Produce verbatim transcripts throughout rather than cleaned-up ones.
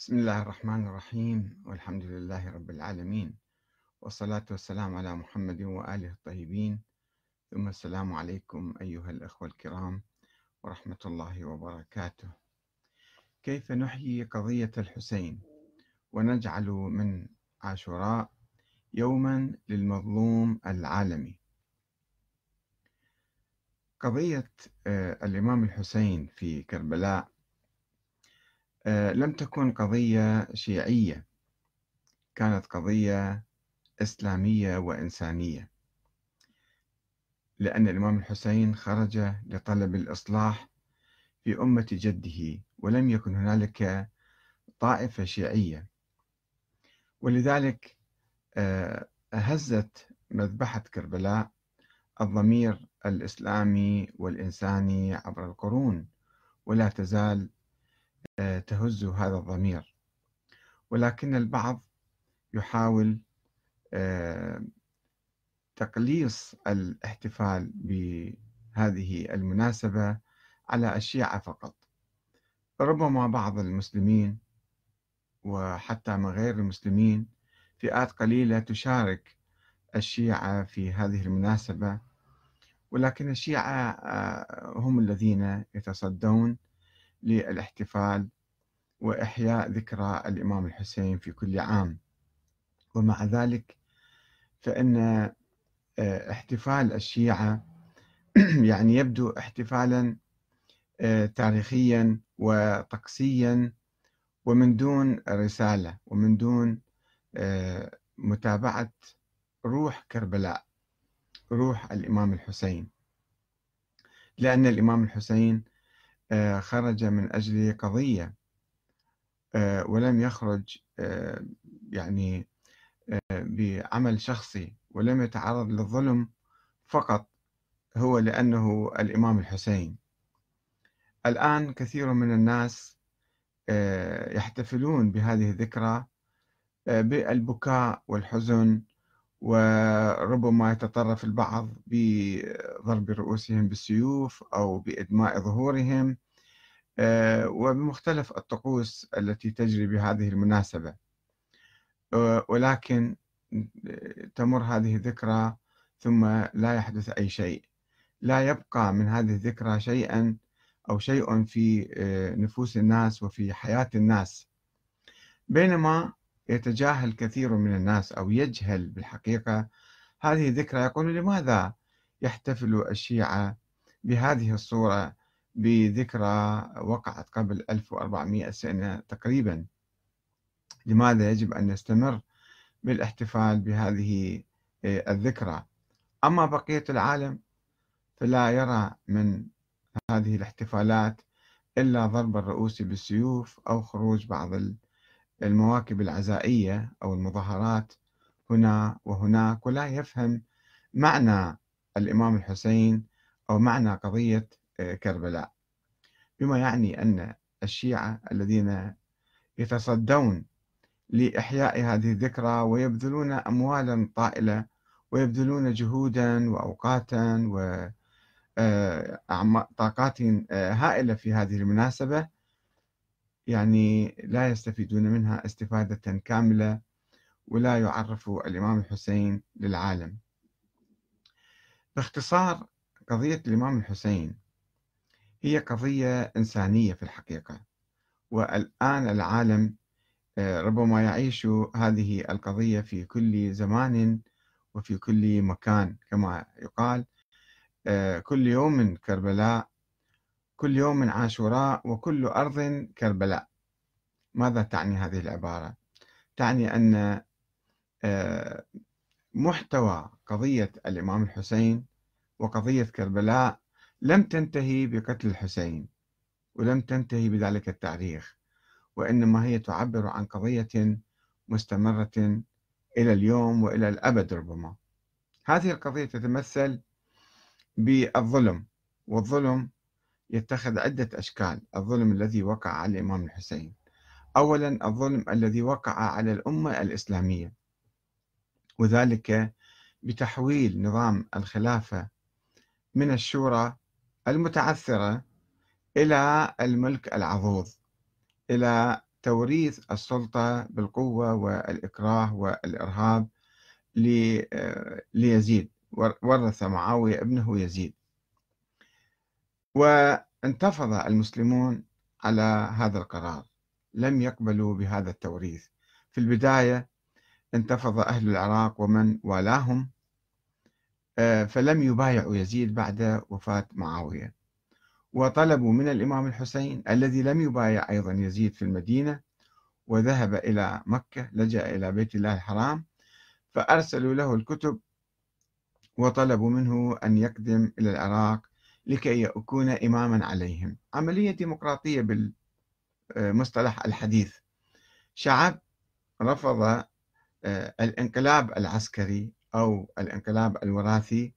بسم الله الرحمن الرحيم والحمد لله رب العالمين، والصلاة والسلام على محمد وآله الطيبين، ثم السلام عليكم أيها الأخوة الكرام ورحمة الله وبركاته. كيف نحيي قضية الحسين ونجعل من عاشوراء يوما للمظلوم العالمي؟ قضية آه، الإمام الحسين في كربلاء آه، لم تكن قضية شيعية، كانت قضية إسلامية وإنسانية، لأن الإمام الحسين خرج لطلب الإصلاح في أمة جده، ولم يكن هنالك طائفة شيعية، ولذلك آه، هزت مذبحة كربلاء الضمير الإسلامي والإنساني عبر القرون، ولا تزال آه، تهز هذا الضمير. ولكن البعض يحاول آه، تقليص الاحتفال بهذه المناسبة على الشيعة فقط. ربما بعض المسلمين وحتى من غير المسلمين فئات قليلة تشارك الشيعة في هذه المناسبة، ولكن الشيعة آه، هم الذين يتصدون للاحتفال وإحياء ذكرى الإمام الحسين في كل عام. ومع ذلك فإن آه، احتفال الشيعة يعني يبدو احتفالا آه، تاريخيا وطقسيا، ومن دون رسالة ومن دون آه، متابعة روح كربلاء، روح الإمام الحسين، لأن الإمام الحسين آه، خرج من أجل قضية، آه، ولم يخرج آه، يعني آه، بعمل شخصي، ولم يتعرض للظلم فقط هو لأنه الإمام الحسين. الآن كثير من الناس آه، يحتفلون بهذه الذكرى آه، بالبكاء والحزن، وربما يتطرف البعض بضرب رؤوسهم بالسيوف أو بإدماء ظهورهم آه، وبمختلف الطقوس التي تجري بهذه المناسبة. آه، ولكن تمر هذه الذكرى ثم لا يحدث أي شيء، لا يبقى من هذه الذكرى شيئا أو شيء في آه، نفوس الناس وفي حياة الناس، بينما يتجاهل كثير من الناس أو يجهل بالحقيقة هذه الذكرى. يقول: لماذا يحتفل الشيعة بهذه الصورة بذكرى وقعت قبل ألف وأربعمئة سنة تقريبا؟ لماذا يجب أن نستمر بالاحتفال بهذه آه، الذكرى؟ أما بقية العالم فلا يرى من هذه الاحتفالات إلا ضرب الرؤوس بالسيوف أو خروج بعض المواكب العزائية أو المظاهرات هنا وهناك، ولا يفهم معنى الإمام الحسين أو معنى قضية آه، كربلاء، بما يعني أن الشيعة الذين يتصدون لإحياء هذه الذكرى ويبذلون أموالا طائلة ويبذلون جهودا وأوقاتا وطاقات هائلة في هذه المناسبة، يعني لا يستفيدون منها استفادة كاملة، ولا يعرفوا الإمام الحسين للعالم. باختصار، قضية الإمام الحسين هي قضية إنسانية في الحقيقة، والآن العالم آه، ربما يعيش هذه القضية في كل زمان وفي كل مكان، كما يقال: آه، كل يوم كربلاء، كل يوم عاشوراء، وكل أرض كربلاء. ماذا تعني هذه العبارة؟ تعني أن آه، محتوى قضية الإمام الحسين وقضية كربلاء لم تنتهي بقتل الحسين، ولم تنتهي بذلك التاريخ، وإنما هي تعبر عن قضية مستمرة إلى اليوم وإلى الأبد ربما. هذه القضية تتمثل بالظلم، والظلم يتخذ عدة أشكال. الظلم الذي وقع على الإمام الحسين: أولا، الظلم الذي وقع على الأمة الإسلامية، وذلك بتحويل نظام الخلافة من الشورى المتعثرة إلى الملك العضوض، إلى توريث السلطة بالقوة والإكراه والإرهاب ليزيد، ورث معاوية ابنه يزيد. وانتفض المسلمون على هذا القرار، لم يقبلوا بهذا التوريث. في البداية انتفض أهل العراق ومن والاهم، فلم يبايعوا يزيد بعد وفاة معاوية، وطلبوا من الإمام الحسين الذي لم يبايع أيضا يزيد في المدينة وذهب إلى مكة، لجأ إلى بيت الله الحرام، فأرسلوا له الكتب وطلبوا منه أن يقدم إلى العراق لكي يكون إماما عليهم. عملية ديمقراطية بالمصطلح الحديث. شعب رفض الانقلاب العسكري أو الانقلاب الوراثي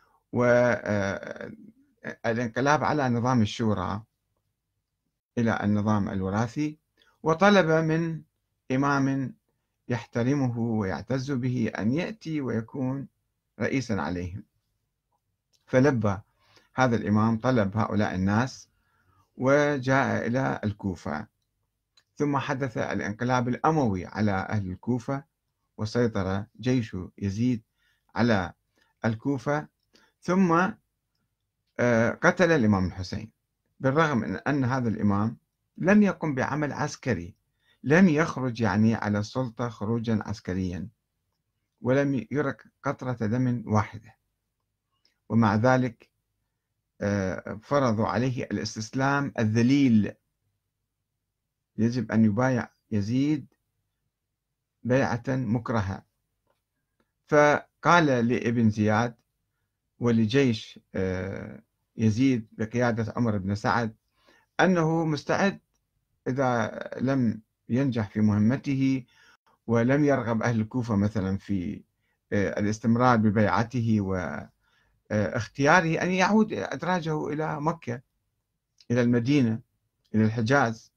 والانقلاب على نظام الشورى إلى النظام الوراثي، وطلب من إمام يحترمه ويعتز به أن يأتي ويكون رئيسا عليهم. فلبى هذا الإمام طلب هؤلاء الناس وجاء إلى الكوفة. ثم حدث الانقلاب الأموي على أهل الكوفة، وسيطر جيش يزيد على الكوفة، ثم قتل الإمام الحسين، بالرغم من أن هذا الإمام لم يقم بعمل عسكري، لم يخرج يعني على السلطة خروجا عسكريا، ولم يرك قطرة دم واحدة، ومع ذلك فرضوا عليه الاستسلام الذليل. يجب أن يبايع يزيد بيعة مكرهة. فقال لابن زياد ولجيش يزيد بقيادة عمر بن سعد أنه مستعد إذا لم ينجح في مهمته ولم يرغب أهل الكوفة مثلا في الاستمرار ببيعته واختياره أن يعود أدراجه إلى مكة، إلى المدينة، إلى الحجاز.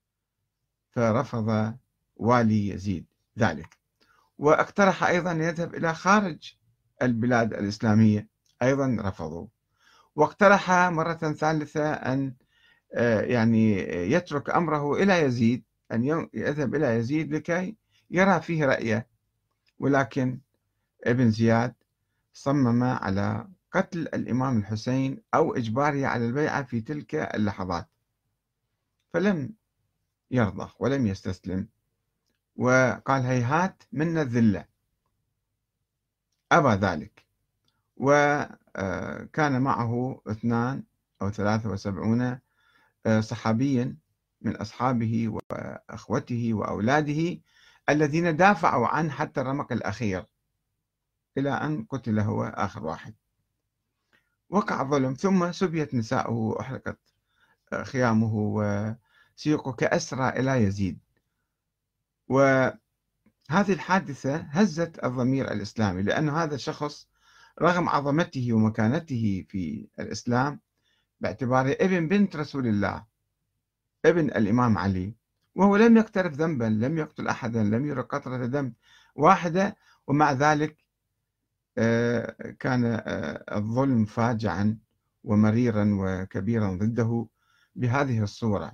فرفض والي يزيد ذلك، واقترح أيضا أن يذهب إلى خارج البلاد الإسلامية، أيضا رفضوا. واقترح مرة ثالثة أن يعني يترك أمره إلى يزيد، أن يذهب إلى يزيد لكي يرى فيه رأيه، ولكن ابن زياد صمم على قتل الإمام الحسين أو إجباره على البيعة في تلك اللحظات، فلم يرضى ولم يستسلم، وقال هيهات منا الذلة، أبى ذلك. وكان معه اثنان أو ثلاثة وسبعون صحابيا من أصحابه وأخوته وأولاده الذين دافعوا عنه حتى الرمق الأخير، إلى أن قتل هو آخر واحد. وقع الظلم، ثم سبيت نساؤه وأحرقت خيامه وسيقه كأسرى إلى يزيد. وهذه الحادثة هزت الضمير الإسلامي، لأن هذا الشخص رغم عظمته ومكانته في الإسلام باعتباره ابن بنت رسول الله، ابن الإمام علي، وهو لم يقترف ذنبا، لم يقتل أحدا، لم يرى قطرة دم واحدة، ومع ذلك كان الظلم فاجعا ومريرا وكبيرا ضده بهذه الصورة.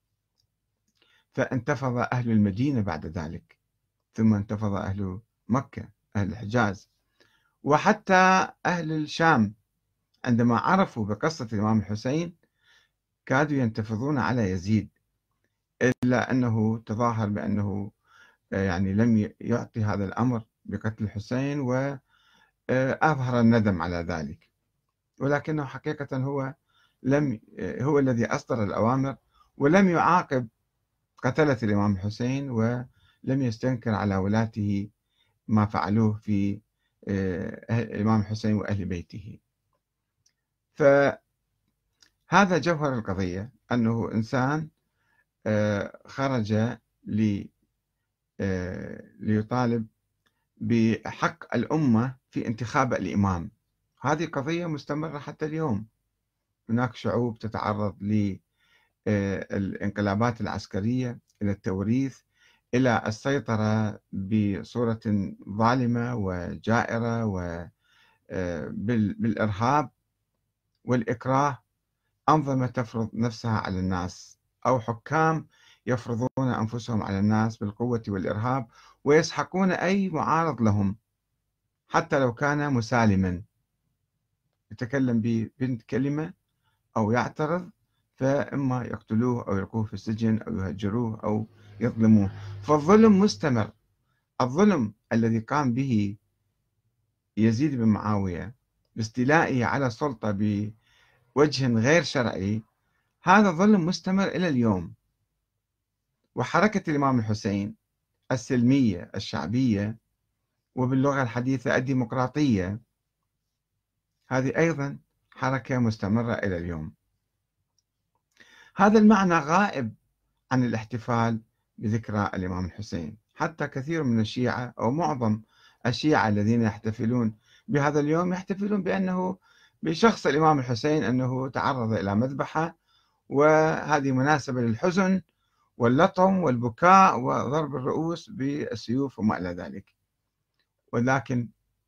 فانتفض أهل المدينة بعد ذلك، ثم انتفض أهل مكة، أهل الحجاز، وحتى أهل الشام عندما عرفوا بقصة الإمام الحسين كادوا ينتفضون على يزيد، إلا أنه تظاهر بأنه يعني لم يعطي هذا الأمر بقتل الحسين وأظهر الندم على ذلك، ولكنه حقيقة هو لم هو الذي أصدر الأوامر ولم يعاقب قتلة الإمام الحسين، ولم يستنكر على ولاته ما فعلوه في الإمام الحسين وأهل بيته. فهذا جوهر القضية، أنه إنسان خرج ليطالب بحق الأمة في انتخاب الإمام. هذه قضية مستمرة حتى اليوم. هناك شعوب تتعرض للانقلابات العسكرية، إلى التوريث، إلى السيطرة بصورة ظالمة وجائرة وبالإرهاب والإكراه، أنظمة تفرض نفسها على الناس، أو حكام يفرضون أنفسهم على الناس بالقوة والإرهاب ويسحقون أي معارض لهم حتى لو كان مسالما، يتكلم ببنت كلمة أو يعترض فإما يقتلوه أو يلقوه في السجن أو يهجروه أو يظلموه. فالظلم مستمر. الظلم الذي قام به يزيد بن معاوية باستيلائه على السلطة بوجه غير شرعي، هذا ظلم مستمر إلى اليوم. وحركة الإمام الحسين السلمية الشعبية وباللغة الحديثة الديمقراطية، هذه أيضا حركة مستمرة إلى اليوم. هذا المعنى غائب عن الاحتفال بذكرى الإمام الحسين. حتى كثير من الشيعة أو معظم الشيعة الذين يحتفلون بهذا اليوم يحتفلون بأنه بشخص الإمام الحسين أنه تعرض إلى مذبحة، وهذه مناسبة للحزن واللطم والبكاء وضرب الرؤوس بالسيوف وما إلى ذلك. ولكن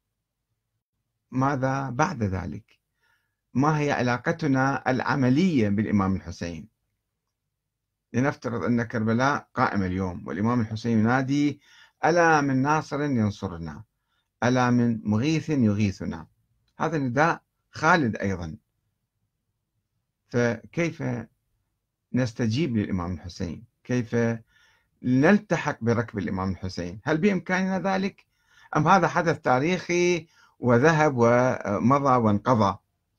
ماذا بعد ذلك؟ ما هي علاقتنا العملية بالإمام الحسين؟ لنفترض أن كربلاء قائمة اليوم والإمام الحسين ينادي: ألا من ناصر ينصرنا، ألا من مغيث يغيثنا. هذا نداء خالد أيضا. فكيف نستجيب للإمام الحسين؟ كيف نلتحق بركب الإمام الحسين؟ هل بإمكاننا ذلك؟ أم هذا حدث تاريخي وذهب ومضى وانقضى؟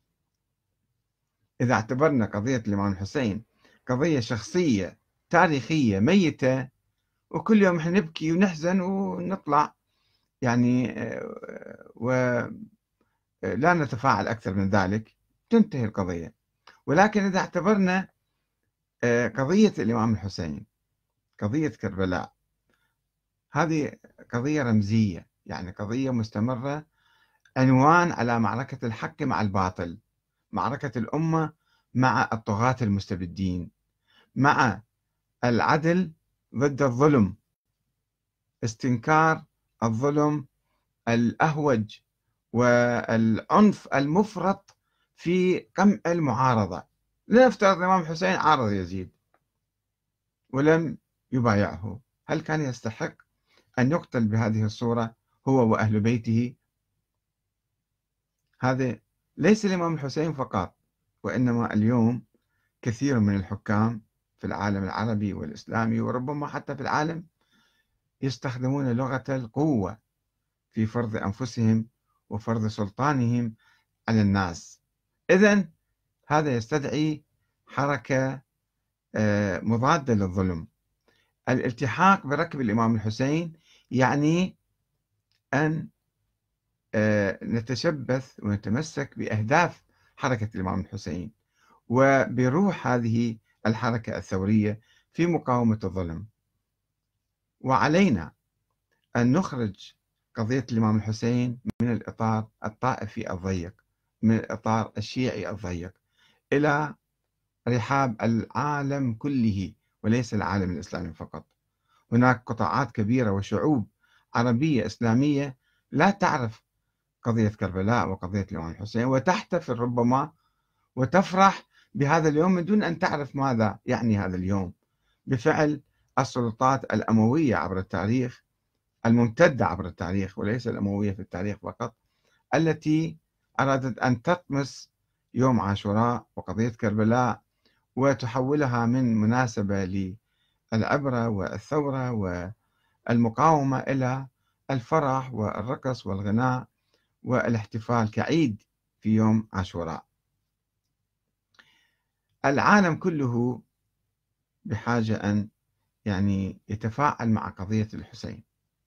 إذا اعتبرنا قضية الإمام الحسين قضية شخصية تاريخية ميتة، وكل يوم احنا نبكي ونحزن ونطلع يعني ولا نتفاعل أكثر من ذلك، تنتهي القضية. ولكن إذا اعتبرنا قضية الإمام الحسين قضية كربلاء هذه قضية رمزية، يعني قضية مستمرة، عنوان على معركة الحق مع الباطل، معركة الأمة مع الطغاة المستبدين، مع العدل ضد الظلم، استنكار الظلم الأهوج والعنف المفرط في قمع المعارضة. لنفترض الإمام الحسين عارض يزيد ولم يبايعه، هل كان يستحق أن يقتل بهذه الصورة هو وأهل بيته؟ هذا ليس الإمام الحسين فقط، وإنما اليوم كثير من الحكام في العالم العربي والإسلامي وربما حتى في العالم يستخدمون لغة القوة في فرض أنفسهم وفرض سلطانهم على الناس. إذن هذا يستدعي حركة مضادة للظلم. الالتحاق بركب الإمام الحسين يعني أن نتشبث ونتمسك بأهداف حركة الإمام الحسين وبروح هذه الحركة الثورية في مقاومة الظلم. وعلينا أن نخرج قضية الإمام الحسين من الإطار الطائفي الضيق، من الإطار الشيعي الضيق، إلى رحاب العالم كله وليس العالم الإسلامي فقط. هناك قطاعات كبيرة وشعوب عربية إسلامية لا تعرف قضية كربلاء وقضية الإمام الحسين، وتحتفل ربما وتفرح بهذا اليوم من دون أن تعرف ماذا يعني هذا اليوم بفعل السلطات الأموية عبر التاريخ، الممتدة عبر التاريخ وليس الأموية في التاريخ فقط، التي أرادت أن تطمس يوم عاشوراء وقضية كربلاء وتحولها من مناسبة للعبرة والثورة والمقاومة إلى الفرح والرقص والغناء والاحتفال كعيد في يوم عاشوراء. العالم كله بحاجة أن يعني يتفاعل مع قضية الحسين.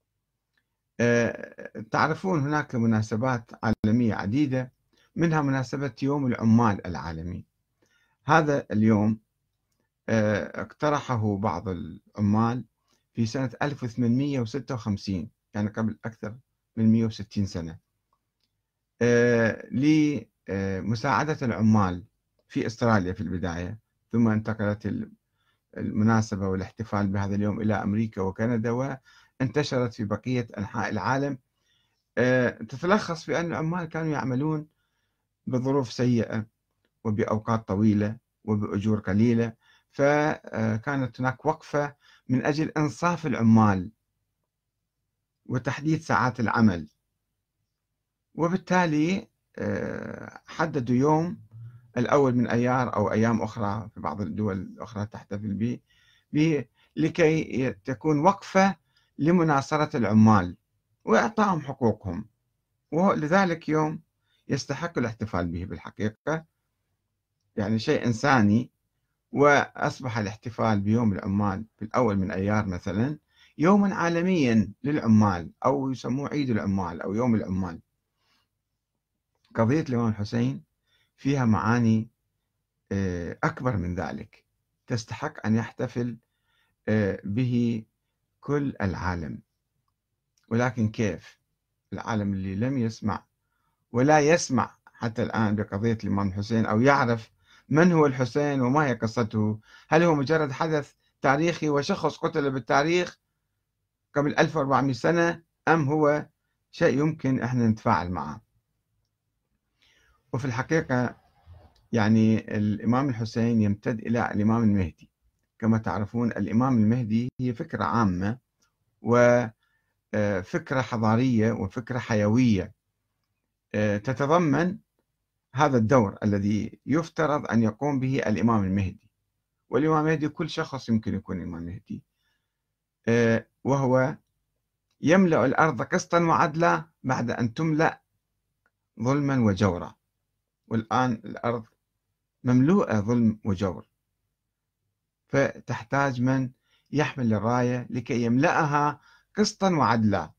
تعرفون هناك مناسبات عالمية عديدة، منها مناسبة يوم العمال العالمي. هذا اليوم اقترحه بعض العمال في سنة ألف وثمانمئة وستة وخمسين، يعني قبل أكثر من مئة وستين سنة، لمساعدة العمال في أستراليا في البداية، ثم انتقلت المناسبة والاحتفال بهذا اليوم إلى أمريكا وكندا وانتشرت في بقية أنحاء العالم. تتلخص في أن العمال كانوا يعملون بظروف سيئة وبأوقات طويلة وبأجور قليلة، فكانت هناك وقفة من أجل إنصاف العمال وتحديد ساعات العمل، وبالتالي حددوا يوم الأول من أيار أو أيام أخرى في بعض الدول الأخرى تحتفل به لكي تكون وقفة لمناصرة العمال وإعطائهم حقوقهم، ولذلك يوم يستحق الاحتفال به بالحقيقة، يعني شيء إنساني. وأصبح الاحتفال بيوم العمال في الأول من أيار مثلا يوما عالميا للعمال، أو يسموه عيد العمال أو يوم العمال. قضية الإمام الحسين فيها معاني أكبر من ذلك، تستحق أن يحتفل به كل العالم. ولكن كيف؟ العالم اللي لم يسمع ولا يسمع حتى الآن بقضية الإمام الحسين أو يعرف من هو الحسين وما هي قصته، هل هو مجرد حدث تاريخي وشخص قتل بالتاريخ قبل ألف وأربعمئة سنة، أم هو شيء يمكن إحنا نتفاعل معه؟ وفي الحقيقة يعني الإمام الحسين يمتد إلى الإمام المهدي. كما تعرفون الإمام المهدي هي فكرة عامة وفكرة حضارية وفكرة حيوية تتضمن هذا الدور الذي يفترض أن يقوم به الإمام المهدي. والإمام المهدي كل شخص يمكن يكون إمام مهدي، وهو يملأ الأرض قسطا وعدلا بعد أن تملأ ظلما وجورا. والآن الأرض مملوءة ظلم وجور، فتحتاج من يحمل الراية لكي يملأها قسطا وعدلا.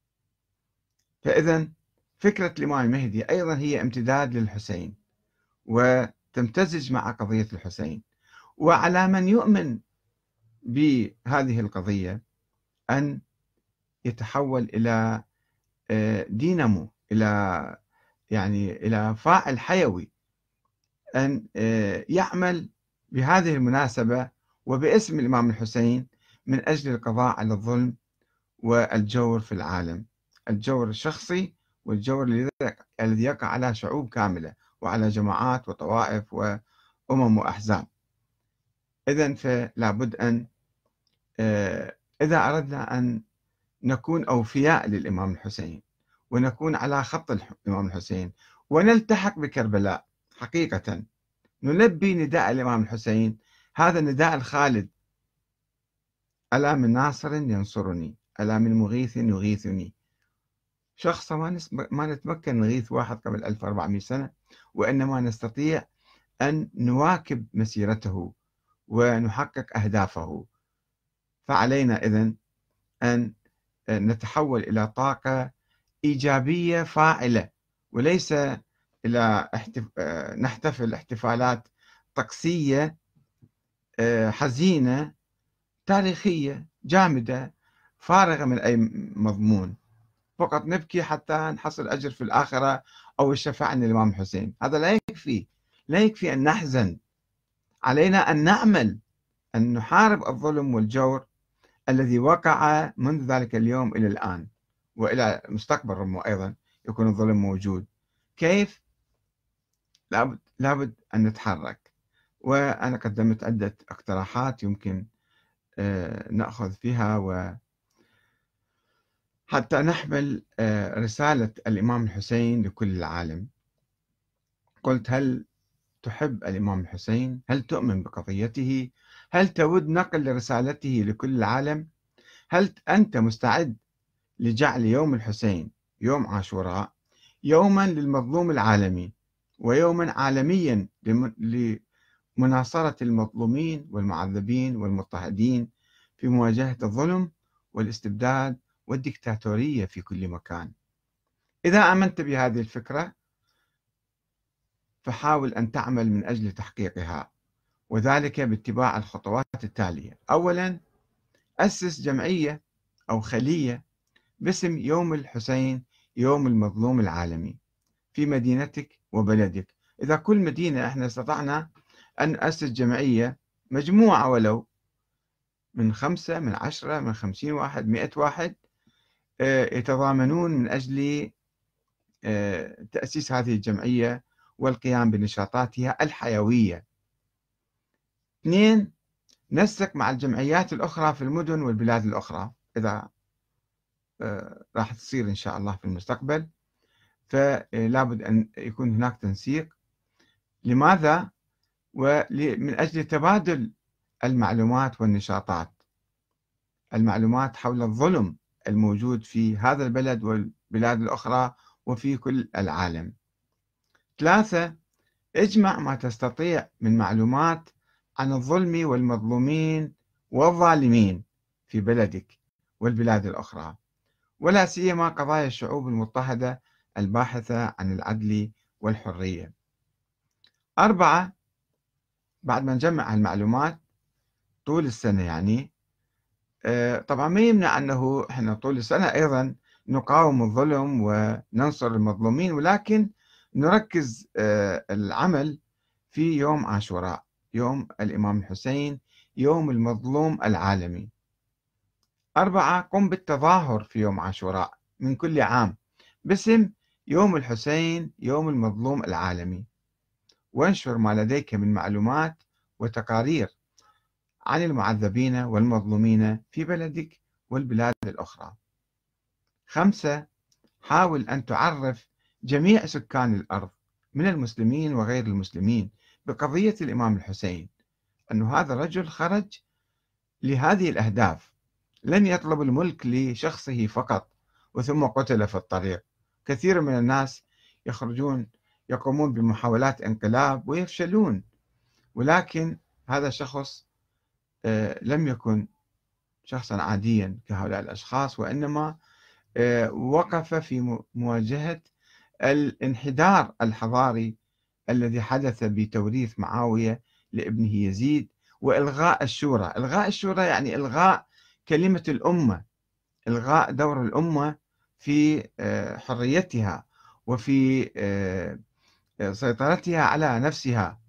فإذا فكرة الإمام المهدي أيضا هي امتداد للحسين وتمتزج مع قضية الحسين. وعلى من يؤمن بهذه القضية أن يتحول إلى دينامو، إلى يعني إلى فاعل حيوي، أن يعمل بهذه المناسبة وباسم الإمام الحسين من أجل القضاء على الظلم والجور في العالم، الجور الشخصي والجور الذي يقع على شعوب كاملة وعلى جماعات وطوائف وأمم وأحزاب. إذن فلا بد أن إذا أردنا أن نكون أوفياء للإمام الحسين ونكون على خط الإمام الحسين ونلتحق بكربلاء حقيقة، نلبي نداء الإمام الحسين، هذا النداء الخالد: ألا من ناصر ينصرني، ألا من مغيث يغيثني. شخص ما, ما نتمكن نغيث واحد قبل ألف وأربعمئة سنة، وإنما نستطيع أن نواكب مسيرته ونحقق أهدافه. فعلينا إذن أن نتحول إلى طاقة إيجابية فاعلة، وليس إلى احتف... نحتفل احتفالات طقسية حزينة تاريخية جامدة فارغة من أي مضمون، فقط نبكي حتى نحصل أجر في الآخرة أو الشفاعة عن الإمام الحسين. هذا لا يكفي، لا يكفي أن نحزن، علينا أن نعمل، أن نحارب الظلم والجور الذي وقع منذ ذلك اليوم إلى الآن وإلى المستقبل ربما أيضا يكون الظلم موجود. كيف؟ لابد, لابد أن نتحرك. وأنا قدمت عدة اقتراحات يمكن نأخذ فيها و حتى نحمل رسالة الإمام الحسين لكل العالم. قلت: هل تحب الإمام الحسين؟ هل تؤمن بقضيته؟ هل تود نقل رسالته لكل العالم؟ هل أنت مستعد لجعل يوم الحسين، يوم عاشوراء، يوما للمظلوم العالمي ويوما عالميا لمناصرة المظلومين والمعذبين والمضطهدين في مواجهة الظلم والاستبداد والديكتاتورية في كل مكان؟ إذا آمنت بهذه الفكرة فحاول أن تعمل من أجل تحقيقها، وذلك باتباع الخطوات التالية. أولا، أسس جمعية أو خلية باسم يوم الحسين، يوم المظلوم العالمي، في مدينتك وبلدك. إذا كل مدينة احنا استطعنا أن نأسس جمعية، مجموعة ولو من خمسة من عشرة من خمسين واحد مئة واحد يتضامنون من أجل تأسيس هذه الجمعية والقيام بنشاطاتها الحيوية. اثنين، نسق مع الجمعيات الأخرى في المدن والبلاد الأخرى إذا آه، راح تصير إن شاء الله في المستقبل، فلا بد أن يكون هناك تنسيق. لماذا؟ ومن أجل تبادل المعلومات والنشاطات، المعلومات حول الظلم الموجود في هذا البلد والبلاد الأخرى وفي كل العالم. ثلاثة، اجمع ما تستطيع من معلومات عن الظلم والمظلومين والظالمين في بلدك والبلاد الأخرى، ولا سيما قضايا الشعوب المضطهدة الباحثة عن العدل والحرية. أربعة، بعد ما نجمع المعلومات طول السنة يعني، آه، طبعا ما يمنع أنه إحنا طول السنة أيضا نقاوم الظلم وننصر المظلومين، ولكن نركز آه، العمل في يوم عاشوراء، يوم الإمام الحسين، يوم المظلوم العالمي. أربعة، قم بالتظاهر في يوم عاشوراء من كل عام باسم يوم الحسين، يوم المظلوم العالمي، وانشر ما لديك من معلومات وتقارير عن المعذبين والمظلومين في بلدك والبلاد الأخرى. خمسة، حاول أن تعرف جميع سكان الأرض من المسلمين وغير المسلمين بقضية الإمام الحسين، أن هذا الرجل خرج لهذه الأهداف، لم يطلب الملك لشخصه فقط وثم قتل في الطريق. كثير من الناس يخرجون يقومون بمحاولات انقلاب ويفشلون، ولكن هذا الشخص آه، لم يكن شخصا عاديا كهؤلاء الأشخاص، وإنما آه، وقف في مواجهة الانحدار الحضاري الذي حدث بتوريث معاوية لابنه يزيد، وإلغاء الشورى. إلغاء الشورى يعني إلغاء كلمة الأمة، إلغاء دور الأمة في آه، حريتها وفي آه، سيطرتها على نفسها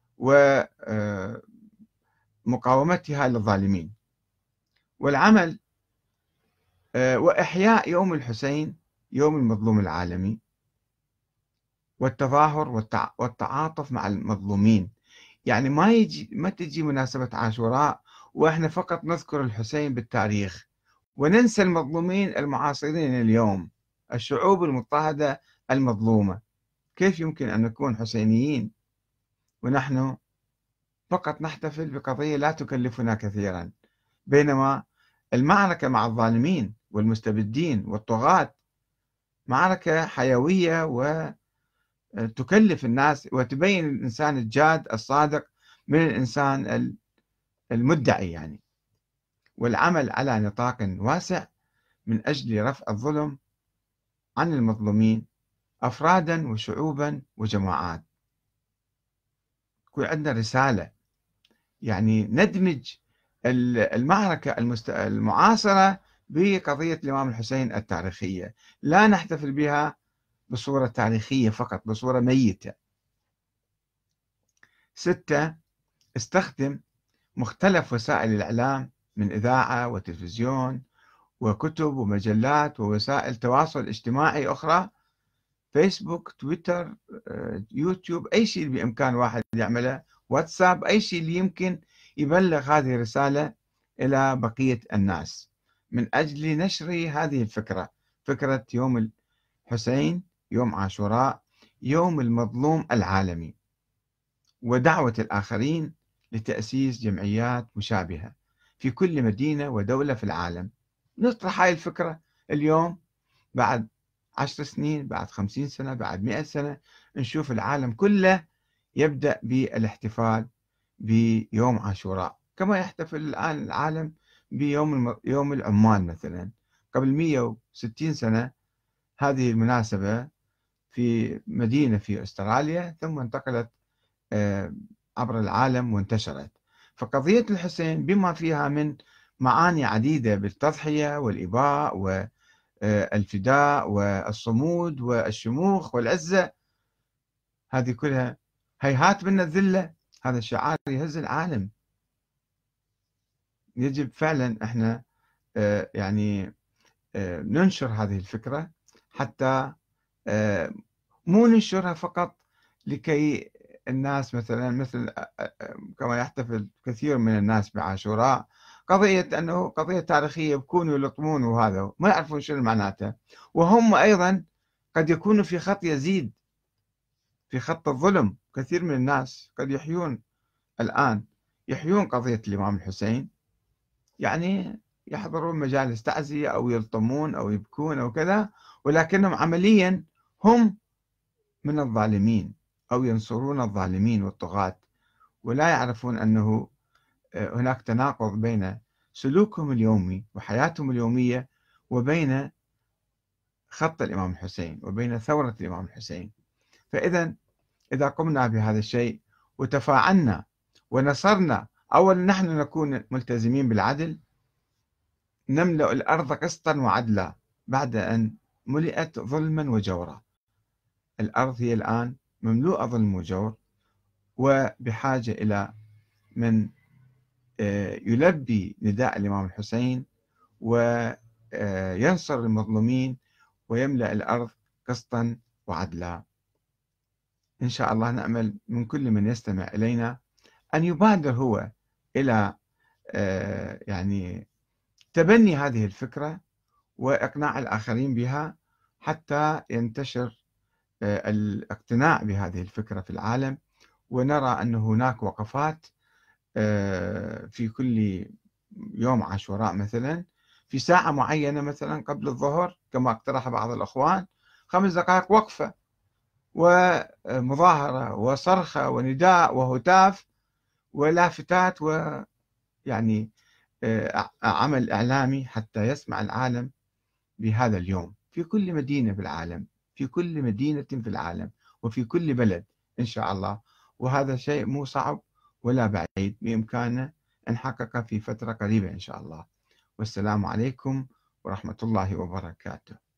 ومقاومتها للظالمين. والعمل آه، وإحياء يوم الحسين، يوم المظلوم العالمي، والتظاهر والتع... والتعاطف مع المظلومين. يعني ما يجي ما تجي مناسبة عاشوراء وإحنا فقط نذكر الحسين بالتاريخ وننسى المظلومين المعاصرين اليوم، الشعوب المضطهدة المظلومة. كيف يمكن أن نكون حسينيين ونحن فقط نحتفل بقضية لا تكلفنا كثيرا، بينما المعركة مع الظالمين والمستبدين والطغاة معركة حيوية وتكلف الناس وتبين الإنسان الجاد الصادق من الإنسان المدعي يعني. والعمل على نطاق واسع من أجل رفع الظلم عن المظلومين أفرادا وشعوبا وجماعات. يكون عندنا رسالة، يعني ندمج المعركة المعاصرة بقضية الإمام الحسين التاريخية، لا نحتفل بها بصورة تاريخية فقط، بصورة ميتة. ستة، استخدم مختلف وسائل الإعلام من إذاعة وتلفزيون وكتب ومجلات ووسائل تواصل اجتماعي أخرى، فيسبوك، تويتر، يوتيوب، أي شيء بإمكان واحد يعمله، واتساب، أي شيء اللي يمكن يبلغ هذه الرسالة إلى بقية الناس من أجل نشر هذه الفكرة، فكرة يوم الحسين، يوم عاشوراء، يوم المظلوم العالمي، ودعوة الآخرين لتأسيس جمعيات مشابهة في كل مدينة ودولة في العالم. نطرح هاي الفكرة اليوم، بعد عشر سنين، بعد خمسين سنة، بعد مئة سنة، نشوف العالم كله يبدأ بالاحتفال بيوم عاشوراء كما يحتفل الآن العالم بيوم الم... يوم العمال مثلا. قبل مئة وستين سنة هذه المناسبة في مدينة في أستراليا، ثم انتقلت آه، عبر العالم وانتشرت. فقضية الحسين بما فيها من معاني عديدة بالتضحية والإباء والفداء والصمود والشموخ والعزة، هذه كلها هيهات من الذلة، هذا الشعار يهز العالم. يجب فعلا احنا آه، يعني آه، ننشر هذه الفكرة، حتى آه، مو ننشرها فقط لكي الناس مثلا مثل كما يحتفل كثير من الناس بعاشوراء، قضية أنه قضية تاريخية، بكونوا يلطمون وهذا ما يعرفون شنو معناته، وهم أيضا قد يكونوا في خط يزيد، في خط الظلم. كثير من الناس قد يحيون الآن يحيون قضية الإمام الحسين، يعني يحضرون مجالس تعزية أو يلطمون أو يبكون أو كذا، ولكنهم عمليا هم من الظالمين أو ينصرون الظالمين والطغاة، ولا يعرفون أنه هناك تناقض بين سلوكهم اليومي وحياتهم اليومية وبين خط الإمام الحسين وبين ثورة الإمام الحسين. فإذا إذا قمنا بهذا الشيء وتفاعلنا ونصرنا، أولا نحن نكون ملتزمين بالعدل، نملأ الأرض قسطا وعدلا بعد أن ملئت ظلما وجورا. الأرض هي الآن مملوءة ظلم وجور، وبحاجة إلى من يلبي نداء الإمام الحسين وينصر المظلومين ويملأ الأرض قسطا وعدلا. إن شاء الله نأمل من كل من يستمع إلينا أن يبادر هو إلى يعني تبني هذه الفكرة وإقناع الآخرين بها، حتى ينتشر الاقتناع بهذه الفكرة في العالم، ونرى أن هناك وقفات في كل يوم عاشوراء مثلا في ساعة معينة، مثلا قبل الظهر كما اقترح بعض الأخوان، خمس دقائق وقفة ومظاهرة وصرخة ونداء وهتاف ولافتات، ويعني عمل إعلامي حتى يسمع العالم بهذا اليوم في كل مدينة في العالم، في كل مدينة في العالم وفي كل بلد إن شاء الله. وهذا شيء مو صعب ولا بعيد، بإمكانه أن نحققه في فترة قريبة إن شاء الله. والسلام عليكم ورحمة الله وبركاته.